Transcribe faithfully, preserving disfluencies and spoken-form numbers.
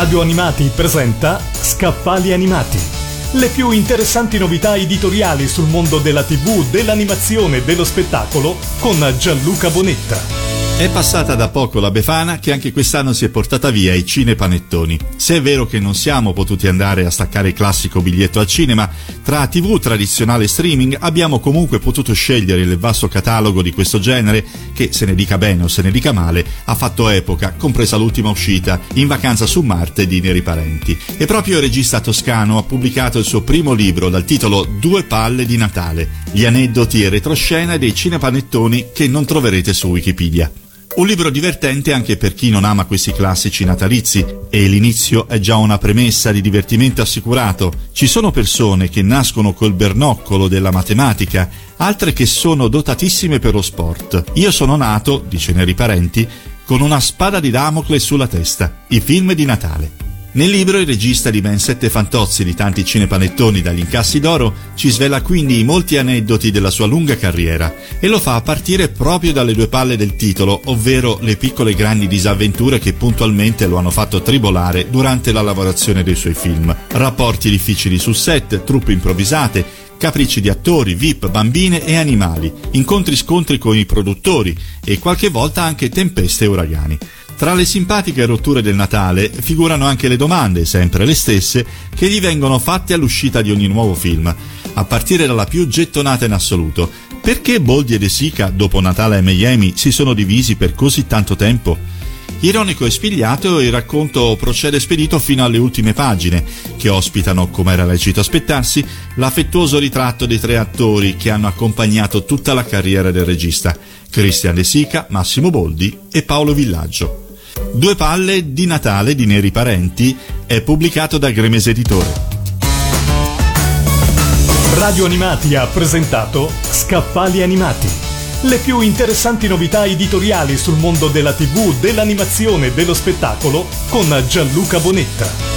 Radio Animati presenta Scaffali Animati. Le più interessanti novità editoriali sul mondo della tivù, dell'animazione e dello spettacolo con Gianluca Bonetta. È passata da poco la Befana che anche quest'anno si è portata via i cinepanettoni. Se è vero che non siamo potuti andare a staccare il classico biglietto al cinema, tra tivù tradizionale e streaming abbiamo comunque potuto scegliere il vasto catalogo di questo genere che, se ne dica bene o se ne dica male, ha fatto epoca, compresa l'ultima uscita, In vacanza su Marte di Neri Parenti. E proprio il regista toscano ha pubblicato il suo primo libro dal titolo Due palle di Natale, gli aneddoti e retroscena dei cinepanettoni che non troverete su Wikipedia. Un libro divertente anche per chi non ama questi classici natalizi, e l'inizio è già una premessa di divertimento assicurato. Ci sono persone che nascono col bernoccolo della matematica, altre che sono dotatissime per lo sport. Io sono nato, dice Neri Parenti, con una spada di Damocle sulla testa, i film di Natale. Nel libro il regista di ben sette fantozzi di tanti cinepanettoni dagli incassi d'oro ci svela quindi i molti aneddoti della sua lunga carriera e lo fa a partire proprio dalle due palle del titolo, ovvero le piccole e grandi disavventure che puntualmente lo hanno fatto tribolare durante la lavorazione dei suoi film. Rapporti difficili sul set, truppe improvvisate, capricci di attori, V I P, bambine e animali, incontri-scontri con i produttori e qualche volta anche tempeste e uragani. Tra le simpatiche rotture del Natale figurano anche le domande, sempre le stesse, che gli vengono fatte all'uscita di ogni nuovo film, a partire dalla più gettonata in assoluto. Perché Boldi e De Sica, dopo Natale a Miami, si sono divisi per così tanto tempo? Ironico e spigliato, il racconto procede spedito fino alle ultime pagine, che ospitano, come era lecito aspettarsi, l'affettuoso ritratto dei tre attori che hanno accompagnato tutta la carriera del regista, Cristian De Sica, Massimo Boldi e Paolo Villaggio. Due palle di Natale di Neri Parenti è pubblicato da Gremese Editore. Radio Animati ha presentato Scaffali Animati. Le più interessanti novità editoriali sul mondo della tivù, dell'animazione e dello spettacolo con Gianluca Bonetta.